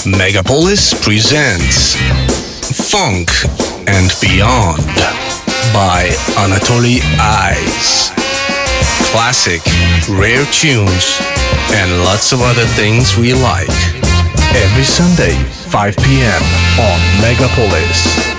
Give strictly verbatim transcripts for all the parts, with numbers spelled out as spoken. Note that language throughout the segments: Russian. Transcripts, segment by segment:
Megapolis presents Funk and Beyond by Anatoly Eyes. Classic, rare tunes, and lots of other things we like. Every Sunday, five p.m. on Megapolis.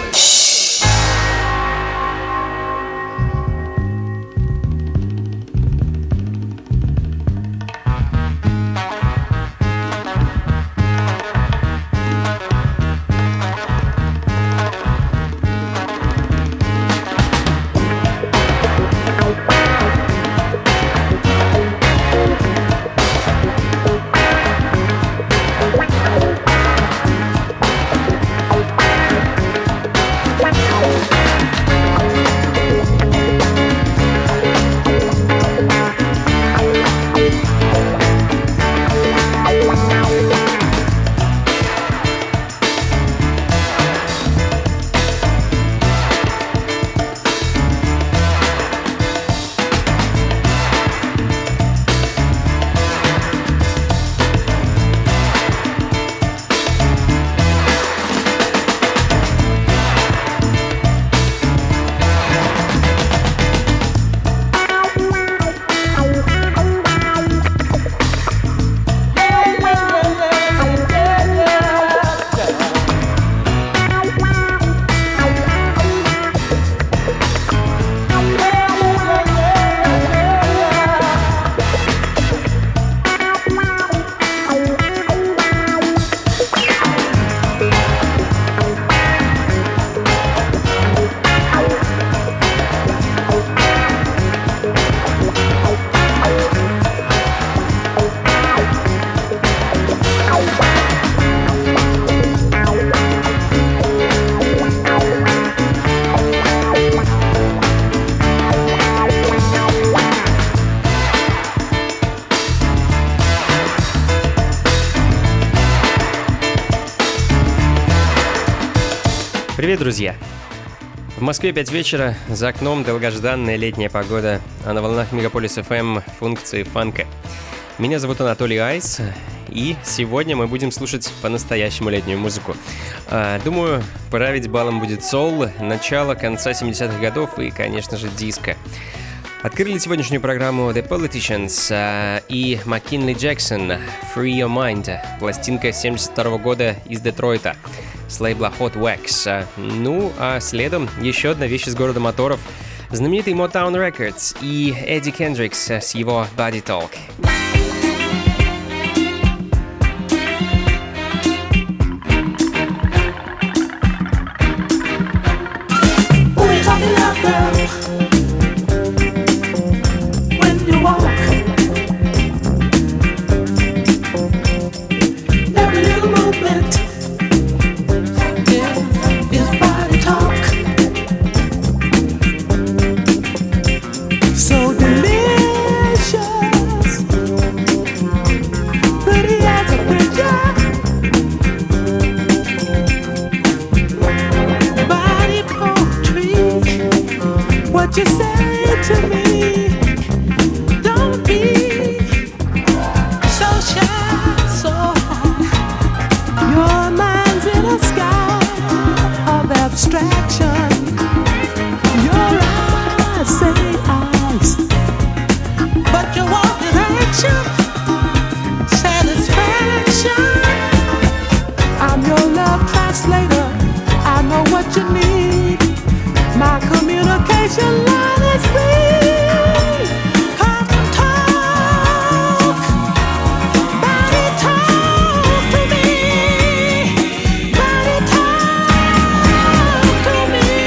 Привет, друзья! В Москве пять вечера, за окном долгожданная летняя погода, а на волнах Мегаполис эф эм функции фанка. Меня зовут Анатолий Айс, и сегодня мы будем слушать по-настоящему летнюю музыку. Думаю, править балом будет соул, начало конца семидесятых годов и, конечно же, диско. Открыли сегодняшнюю программу The Politicians и McKinley Jackson Free Your Mind, пластинка семьдесят второго года из Детройта с лейбла Hot Wax. Ну, а следом еще одна вещь из города моторов, знаменитый Motown Records и Эдди Кендрикс с его Body Talk. To me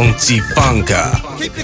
функции фанка.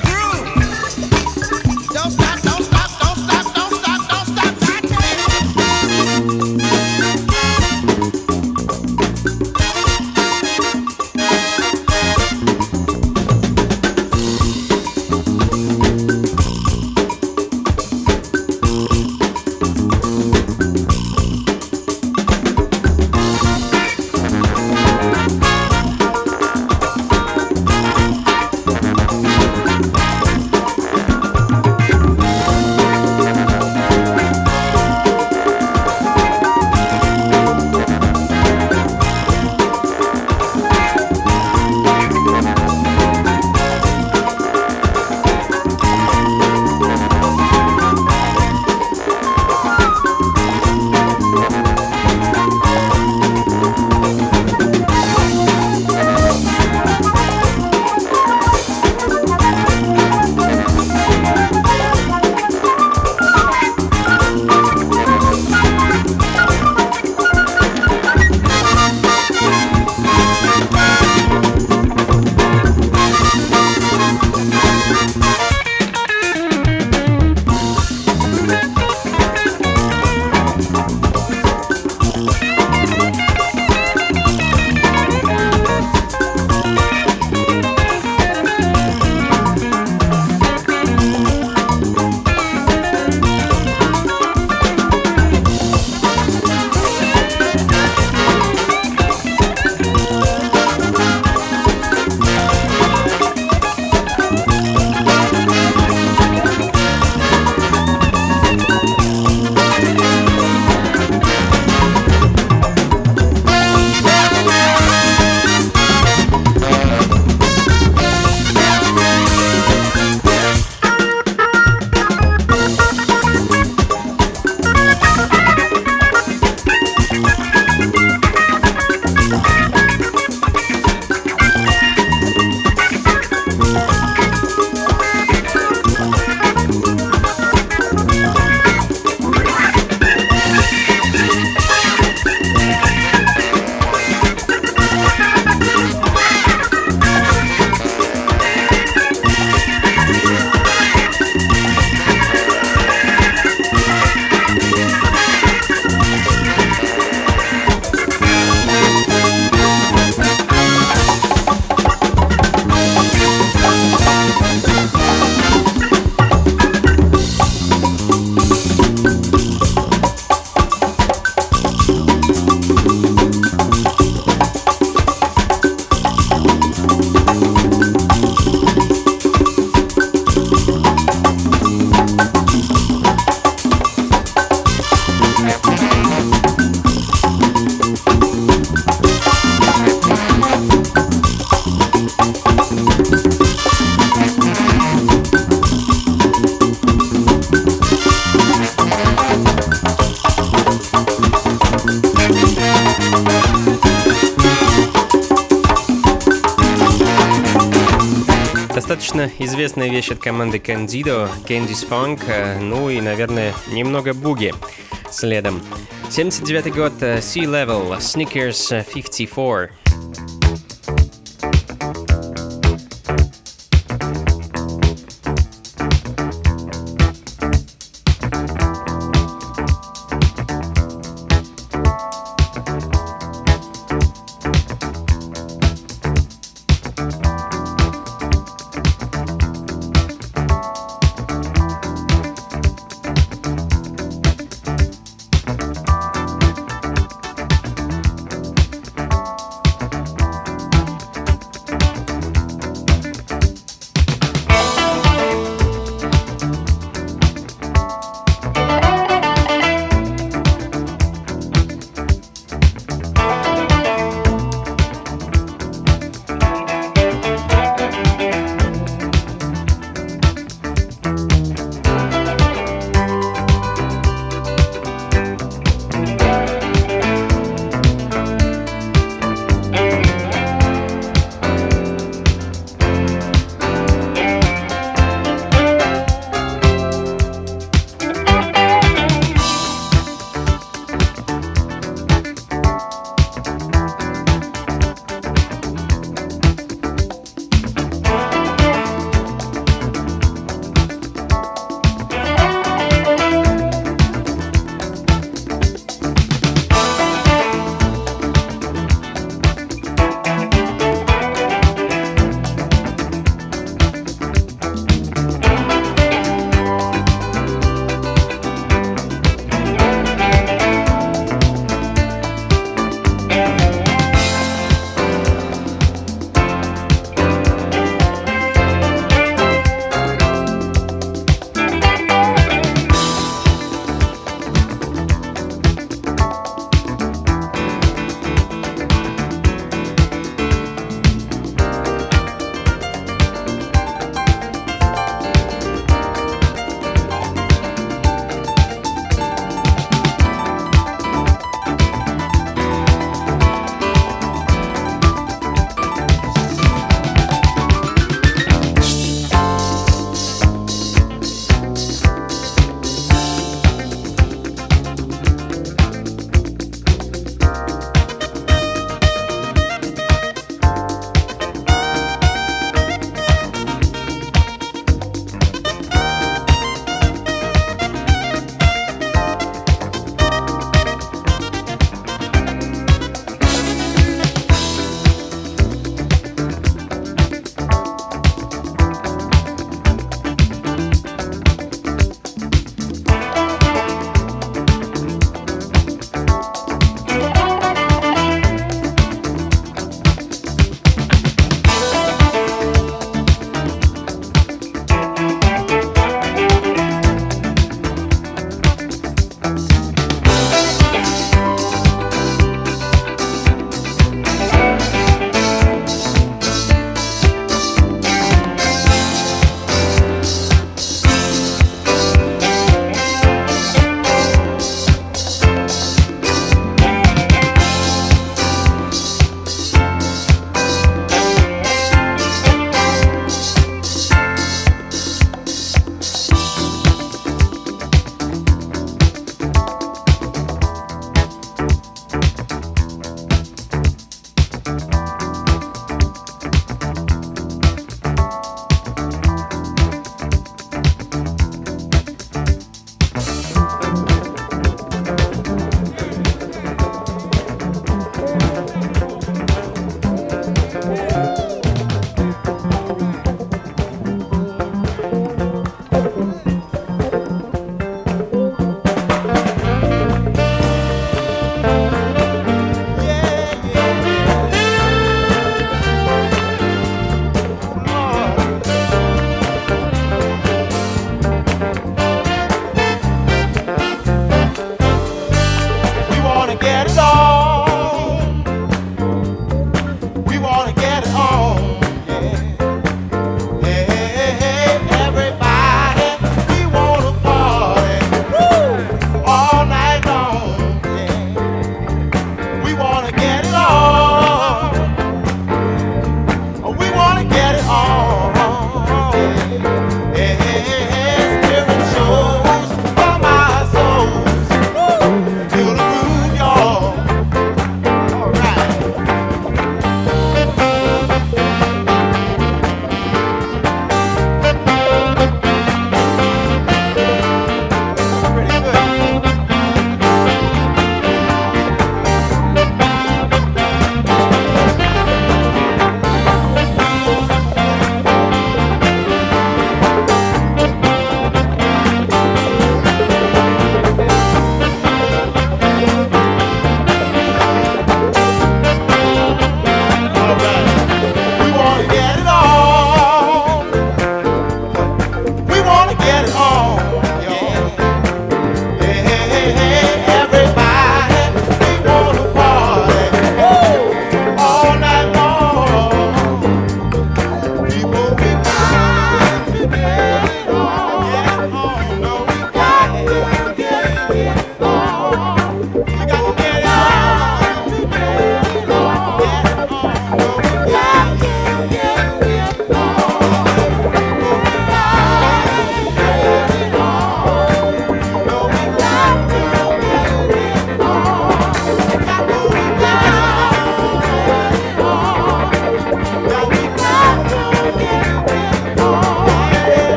Достаточно известная вещь от команды Candido, Candy's Funk, ну и, наверное, немного буги следом. семьдесят девятый год, Sea Level, Snickers пятьдесят четыре.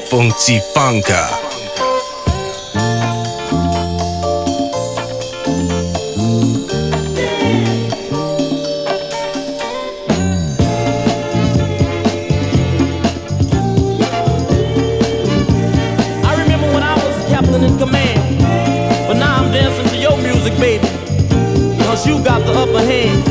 Функции фанка. You got the upper hand.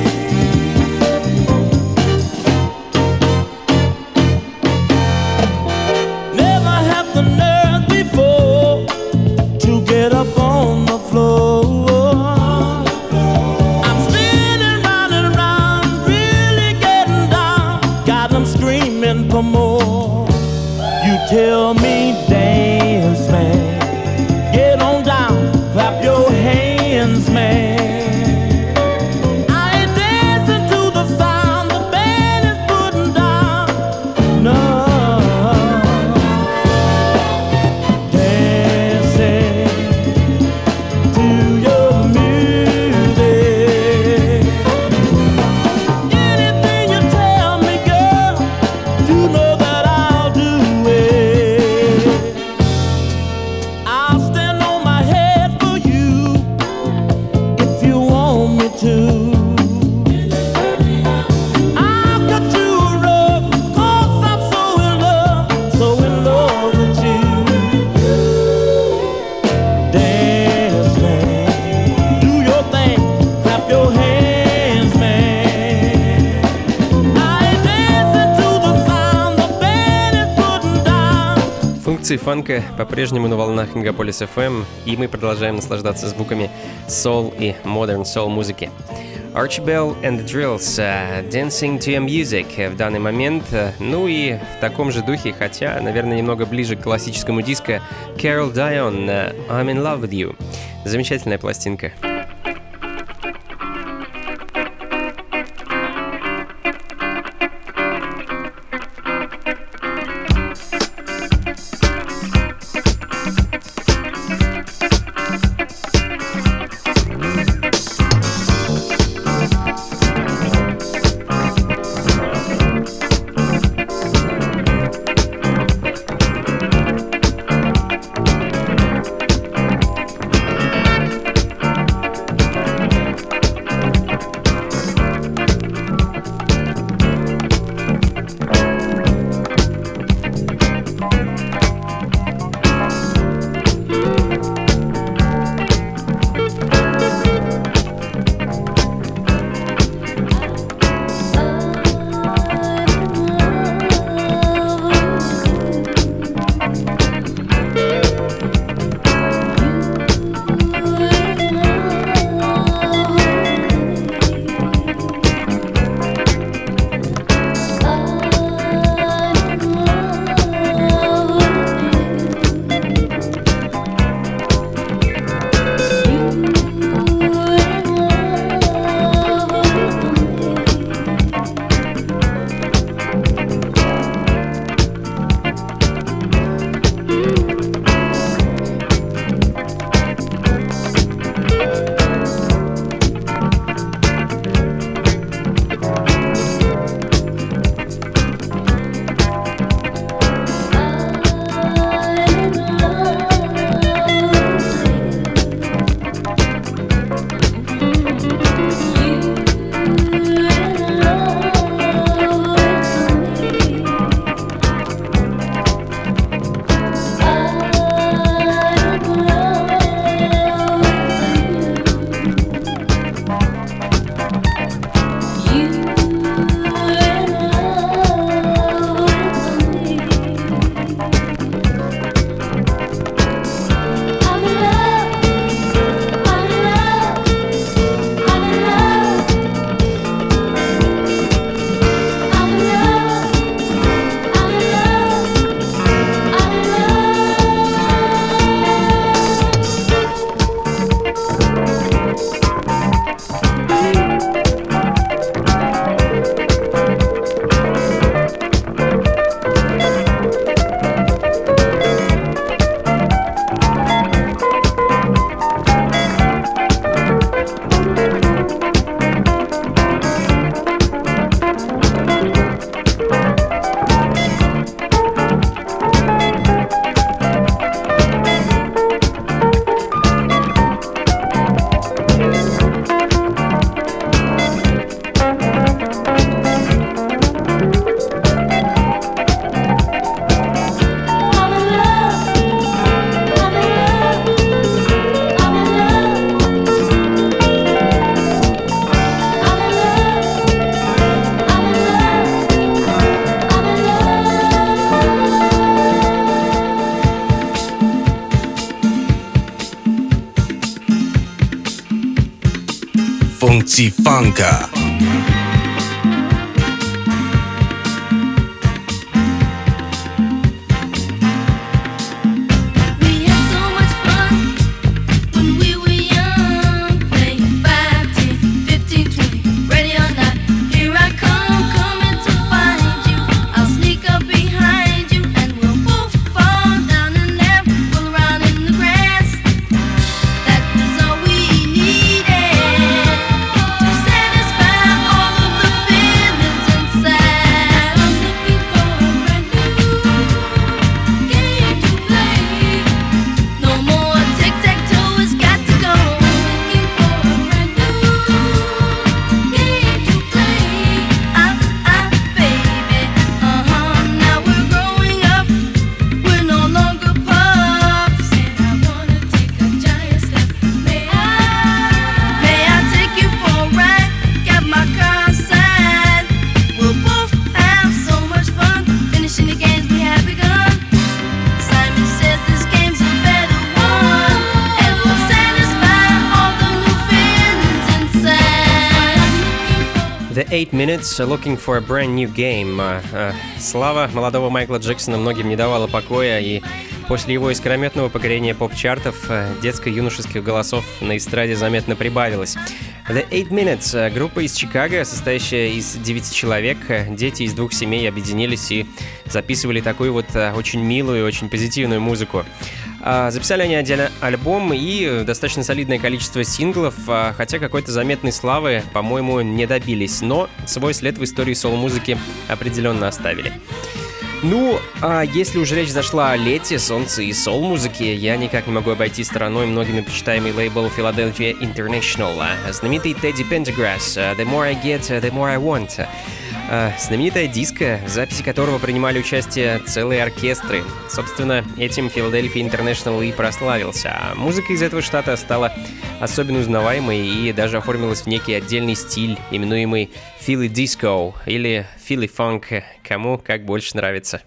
Never had the nerve before to get up on the floor. I'm spinning round and round, really getting down. Got them screaming for more. You tell me, dance, man. Get on down, clap your hands, man. Фанка по-прежнему на волнах Мегаполис эф эм, и мы продолжаем наслаждаться звуками soul и modern soul музыки. Archie Bell and the Drills, uh, Dancing to Your Music в данный момент, uh, ну и в таком же духе, хотя, наверное, немного ближе к классическому диско, Carol Dion, uh, I'm in Love with You. Замечательная пластинка. функции фанка. eight minutes looking for a brand new game. Слава молодого Майкла Джексона многим не давала покоя, и после его искрометного покорения поп-чартов детско-юношеских голосов на эстраде заметно прибавилось. The eight minutes — группа из Чикаго, состоящая из девяти человек. Дети из двух семей объединились и записывали такую вот очень милую и очень позитивную музыку. Записали они отдельно альбом и достаточно солидное количество синглов, хотя какой-то заметной славы, по-моему, не добились, но свой след в истории соул-музыки определенно оставили. Ну, а если уже речь зашла о лете, солнце и соул-музыке, я никак не могу обойти стороной многими почитаемый лейбл Philadelphia International, знаменитый Teddy Pendergrass, The More I Get, The More I Want. Знаменитая диско, в записи которого принимали участие целые оркестры. Собственно, этим Philadelphia International и прославился. А музыка из этого штата стала особенно узнаваемой и даже оформилась в некий отдельный стиль, именуемый Philly Disco или Philly Funk, кому как больше нравится.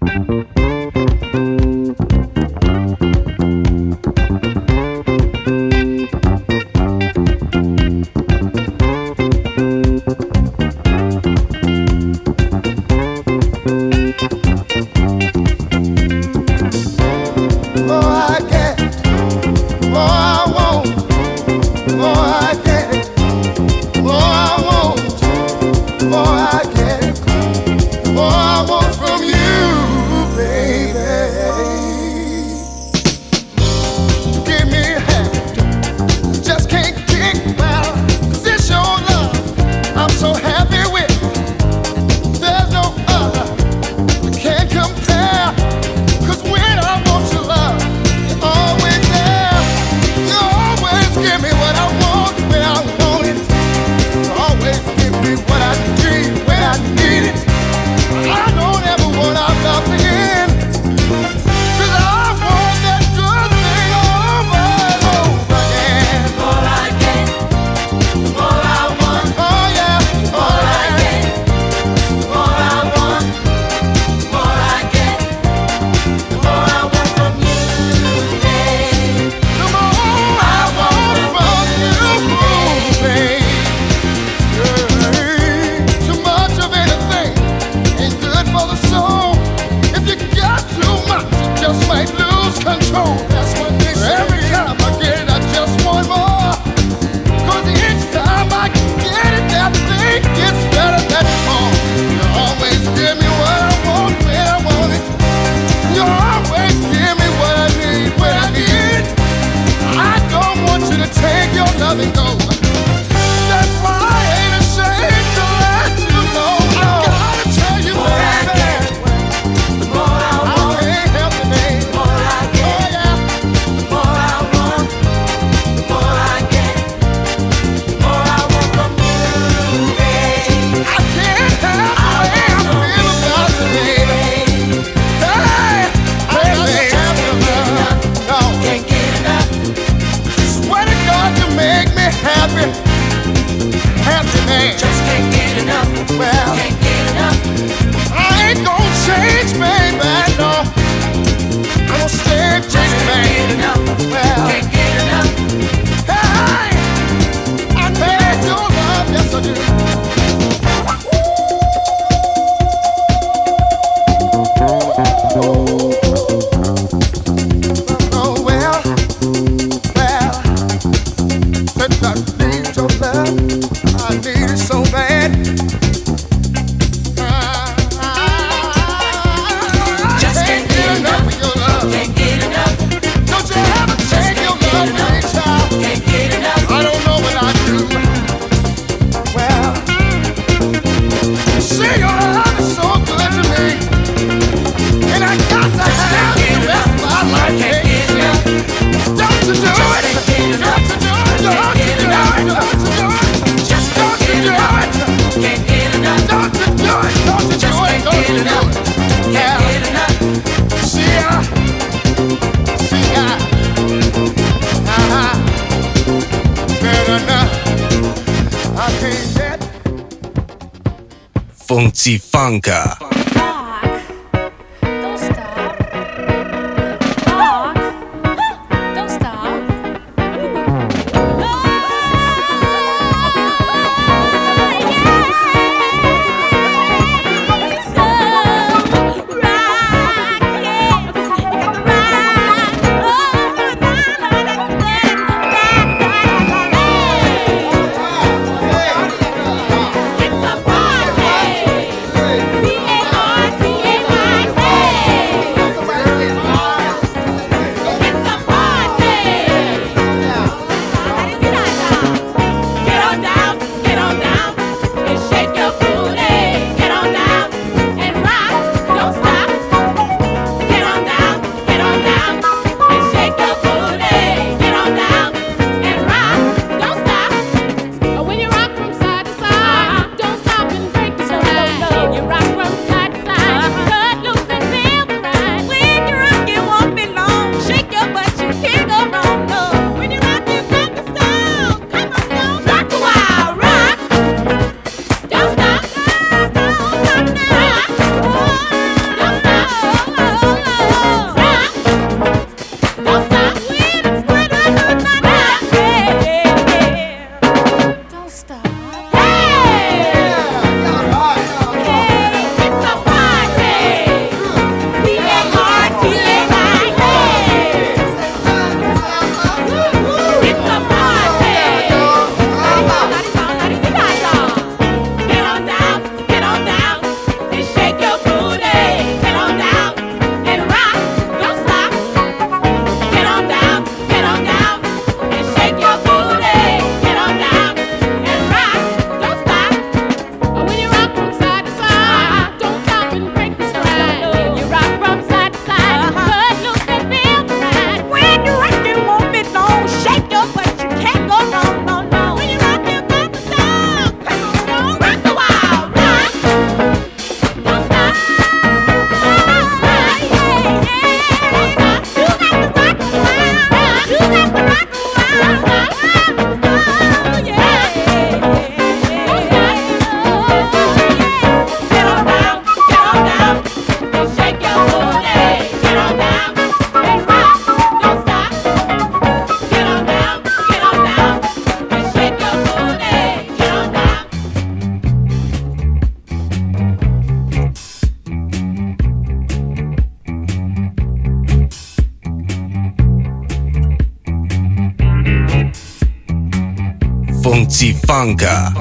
Make me happy. Funky Funka. Funky Funka.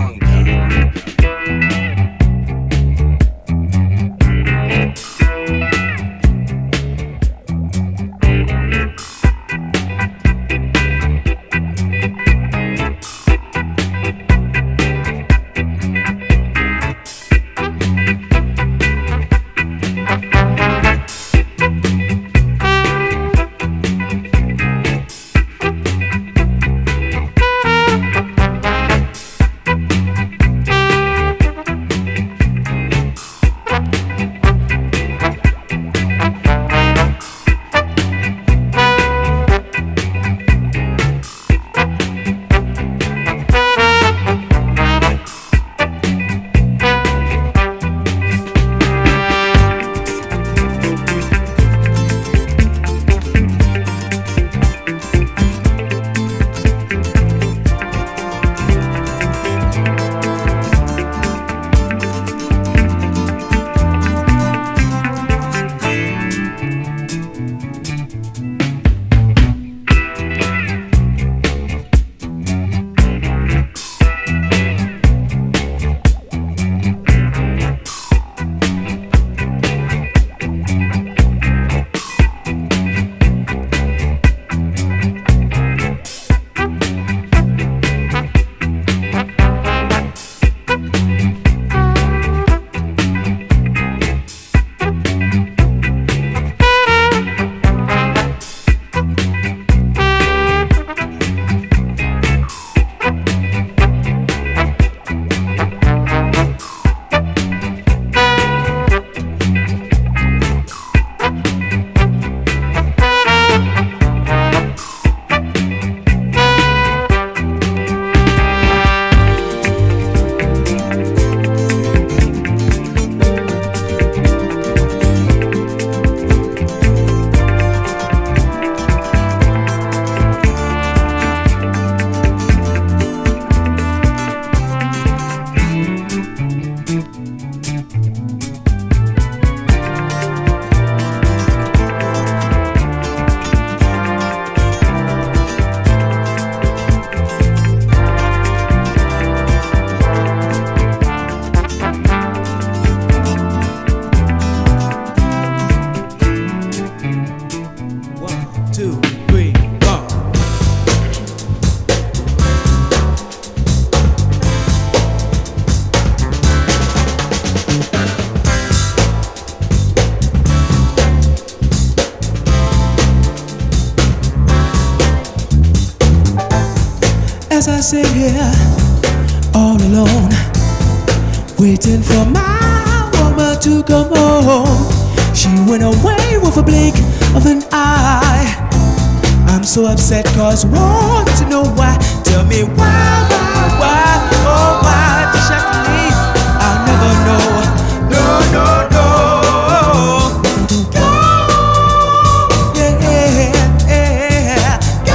sit here all alone, waiting for my woman to come home. She went away with a blink of an eye. I'm so upset cause want to know why. Tell me why, why, why, oh why did she have to leave? I'll never know. No, no, no. Go, yeah, yeah, go.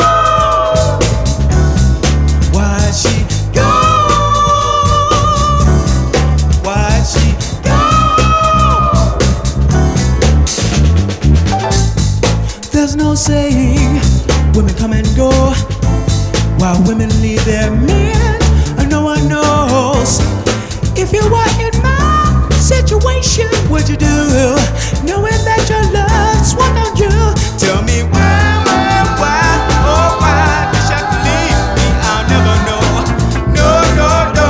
Why'd she go? Why'd she go? There's no saying women come and go while women leave their men. No one knows. If you were in my situation, what'd you do? Knowing that your love's what on you. Tell me why, why, why, oh why did you have to leave me? I'll never know. No, no, no.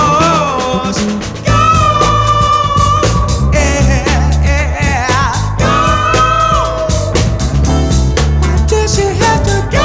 Go, yeah, yeah, go. Why did she have to go?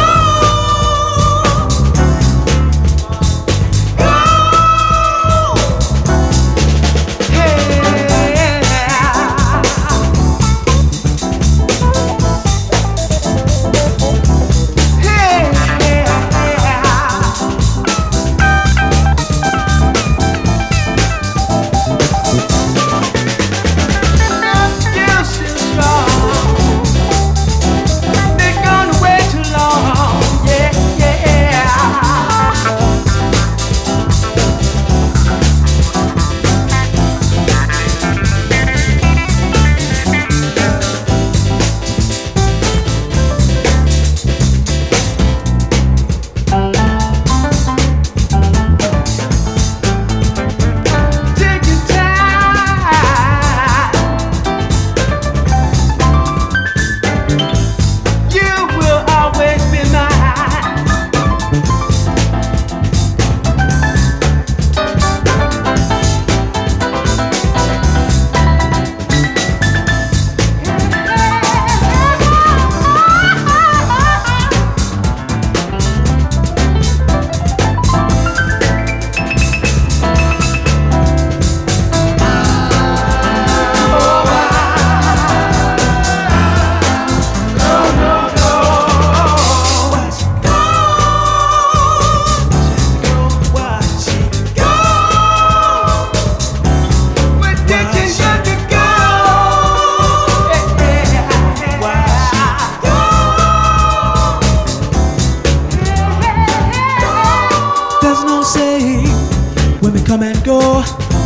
Women come and go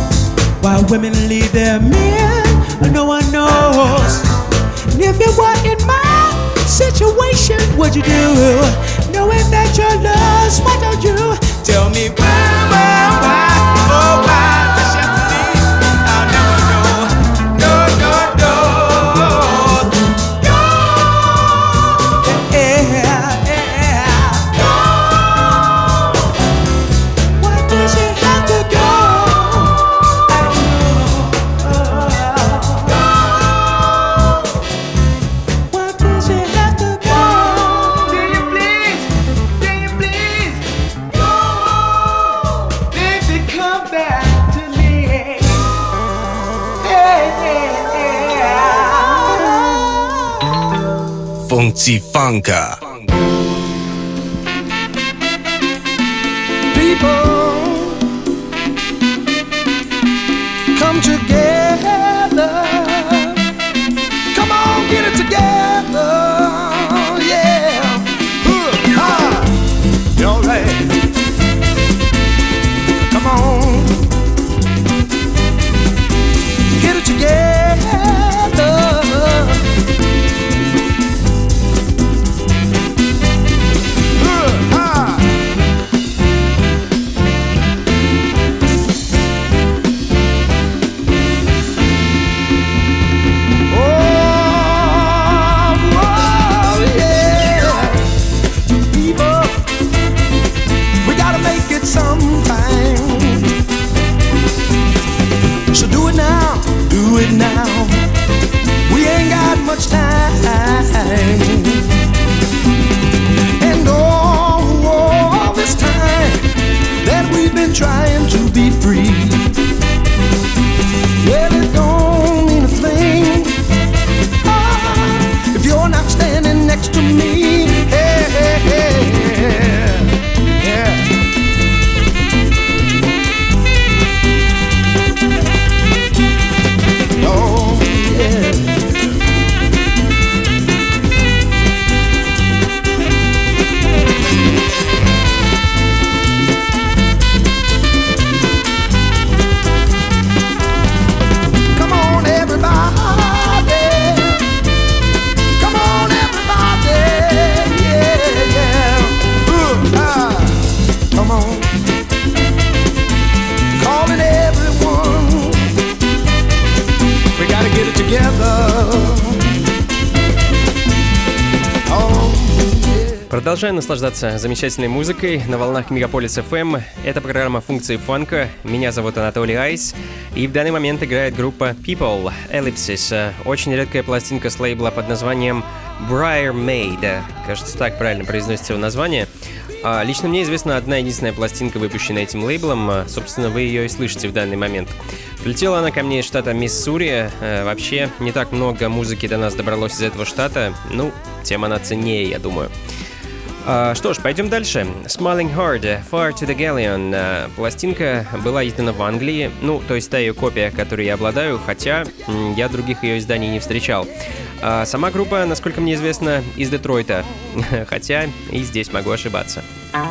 while women leave their men. No one knows. And if you were in my situation, what'd you do? Knowing that your love's what don't you? Tell me why, why, why, oh why did she have to leave? I'll never know. No, no, no. Go, yeah, yeah. Go. Why did she have to go? I don't know. Why did she have to go? Can you please, can you please go? Baby, come back to me. Hey, hey, hey. Funky Funka. People come together. Come on, get it together. Yeah. Huh, ha. All right. Come on. Get it together. Huh, ha. And all, all this time really trying to be free. Well, it don't mean a thing ah, if you're not standing next to me. Hey, hey, hey, yeah. Oh, yeah. Продолжаем наслаждаться замечательной музыкой на волнах Мегаполис эф эм. Это программа «Функции фанка». Меня зовут Анатолий Айс. И в данный момент играет группа People, Ellipsis. Очень редкая пластинка с лейбла под названием Briar Made. Кажется, так правильно произносится его название. А, лично мне известна одна единственная пластинка, выпущенная этим лейблом. Собственно, вы ее и слышите в данный момент. Прилетела она ко мне из штата Миссури. А, вообще, не так много музыки до нас добралось из этого штата. Ну, тем она ценнее, я думаю. Uh, что ж, пойдем дальше. Smiling Hard, Far to the Galleon. Uh, пластинка была издана в Англии, ну, то есть та ее копия, которой я обладаю, хотя м, я других ее изданий не встречал. Uh, сама группа, насколько мне известно, из Детройта, хотя и здесь могу ошибаться.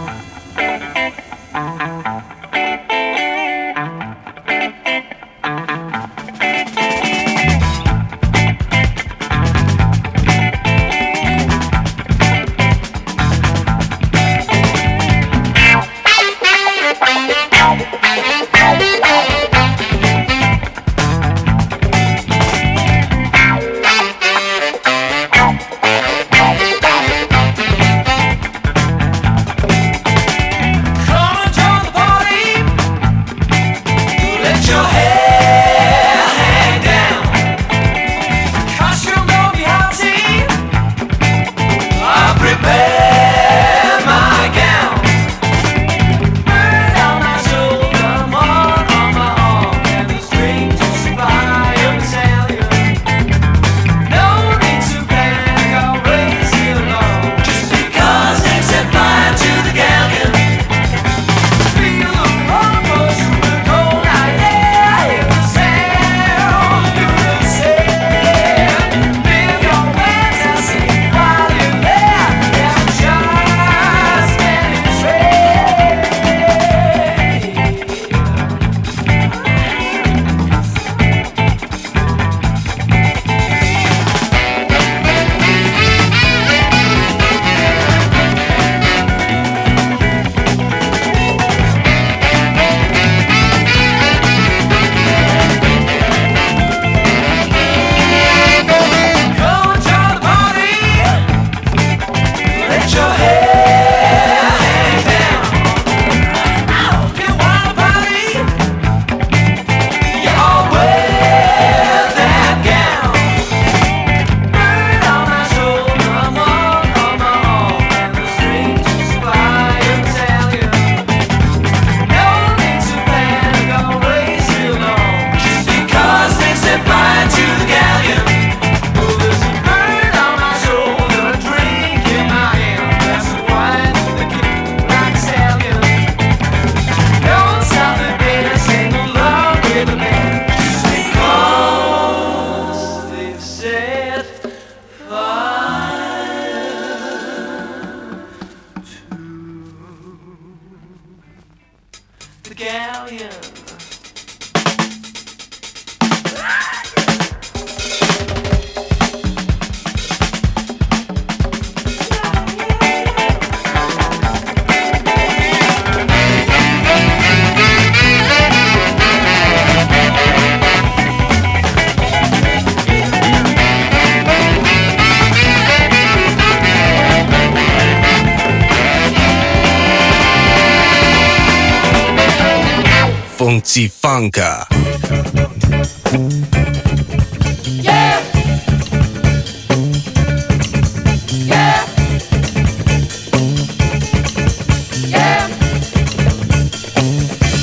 Функции фанка. Yeah. Yeah. Yeah.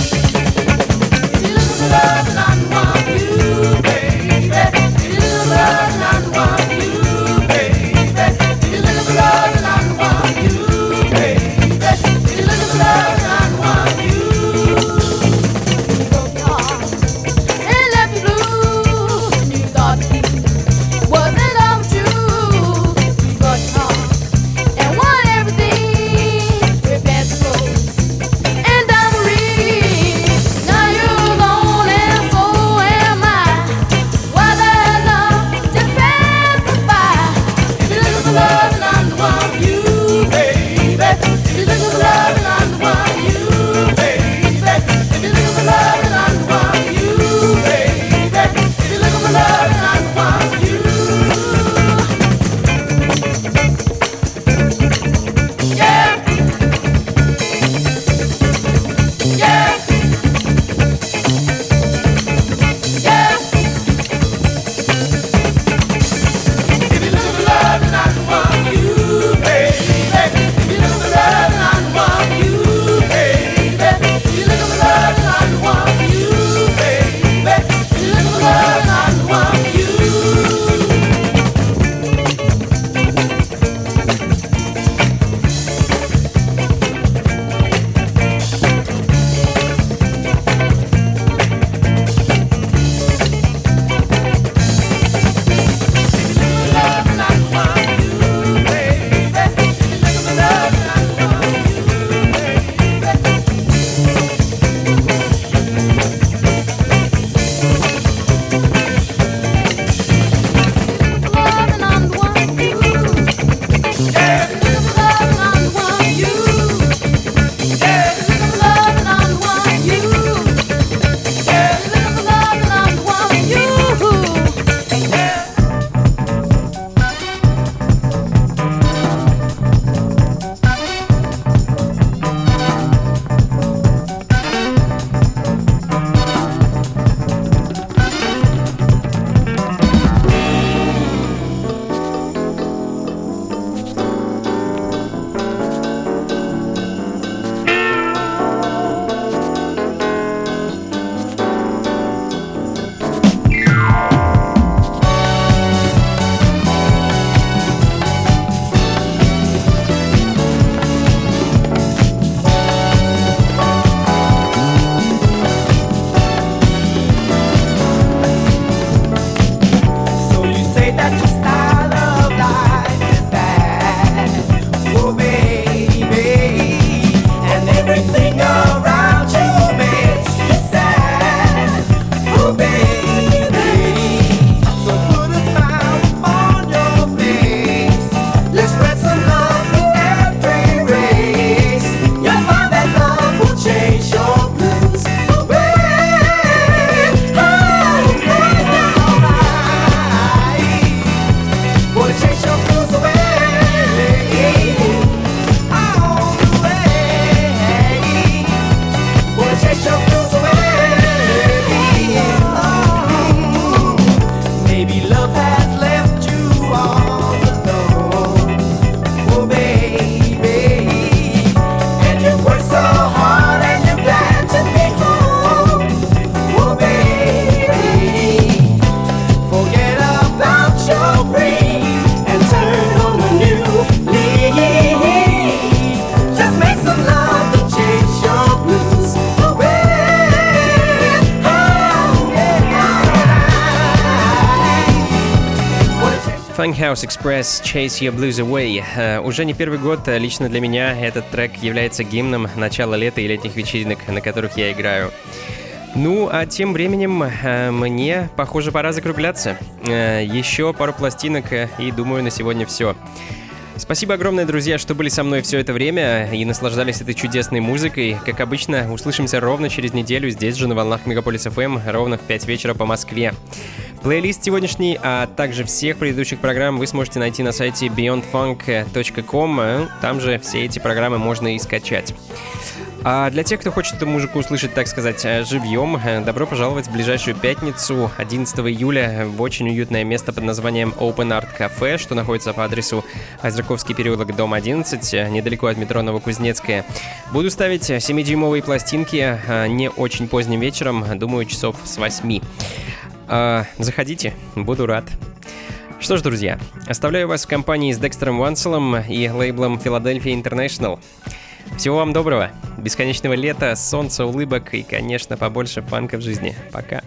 Funkhouse Express Chase Your Blues Away. Uh, уже не первый год лично для меня этот трек является гимном начала лета и летних вечеринок, на которых я играю. Ну, а тем временем uh, мне, похоже, пора закругляться. Uh, еще пару пластинок, uh, и думаю, на сегодня все. Спасибо огромное, друзья, что были со мной все это время и наслаждались этой чудесной музыкой. Как обычно, услышимся ровно через неделю здесь же на волнах Мегаполис эф эм, ровно в пять вечера по Москве. Плейлист сегодняшний, а также всех предыдущих программ вы сможете найти на сайте бионд фанк точка ком. Там же все эти программы можно и скачать. А для тех, кто хочет эту музыку услышать, так сказать, живьем, добро пожаловать в ближайшую пятницу, одиннадцатого июля, в очень уютное место под названием Open Art Cafe, что находится по адресу Озерковский переулок, дом одиннадцать, недалеко от метро Новокузнецкая. Буду ставить семидюймовые пластинки не очень поздним вечером, думаю, часов с восьми. Заходите, буду рад. Что ж, друзья, оставляю вас в компании с Декстером Ванселом и лейблом Philadelphia International. Всего вам доброго, бесконечного лета, солнца, улыбок и, конечно, побольше фанка в жизни. Пока.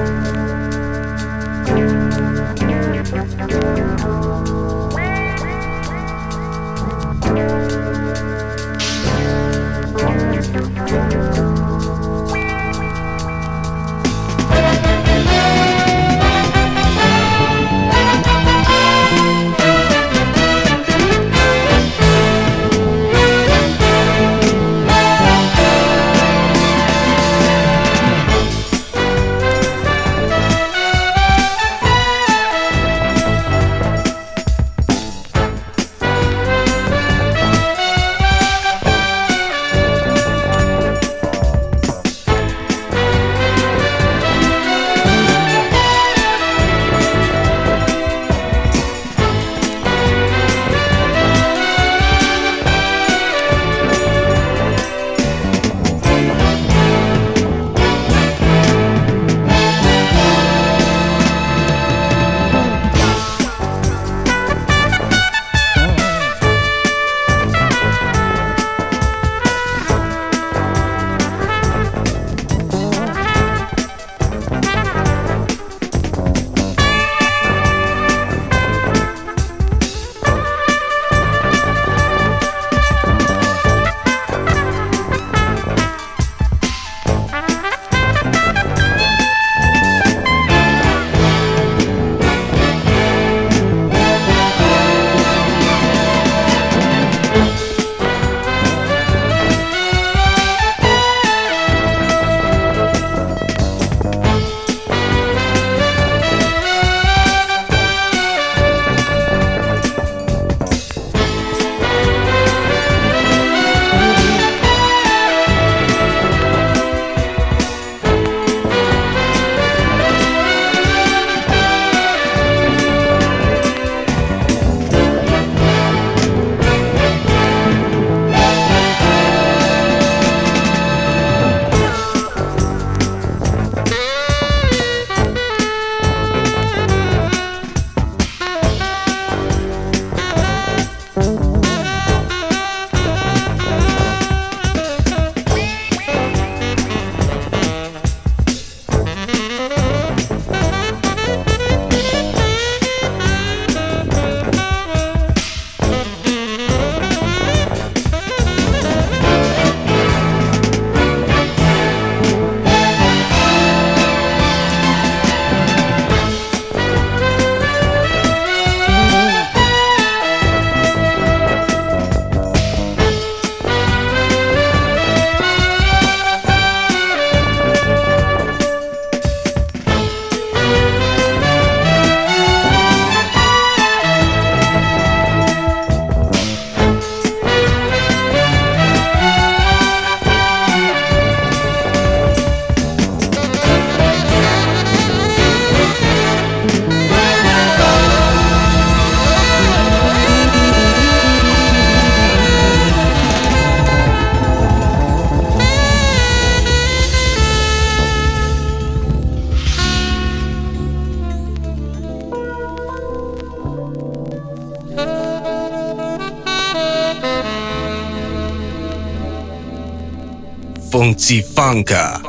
Funky Funka.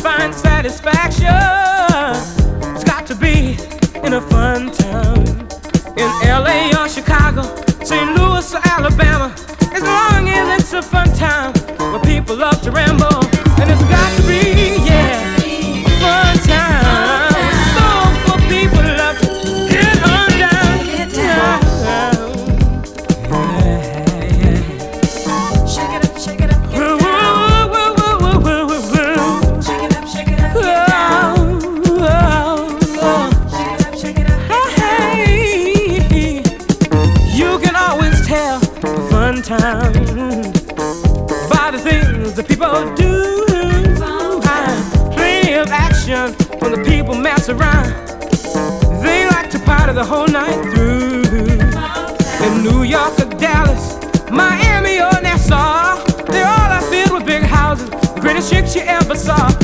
find satisfaction. It's got to be in a fun town. In L A or Chicago, Saint Louis or Alabama, as long as it's a fun town where people love to ramble. And it's got to be, yeah, fun town. So for people love to get on down, get down. Yeah, yeah. Shake it up, shake it up, get down. Woo, woo, woo, woo, woo, woo, woo. Shake it up, shake it up, get down. Oh, oh, oh. Shake it up, shake it up, hey, hey. You can always tell a fun town by the things that people do. Plenty of action when the people mess around. They like to party the whole night through. In New York or Dallas, Miami or Nassau, they all are filled with big houses, the greatest chicks you ever saw.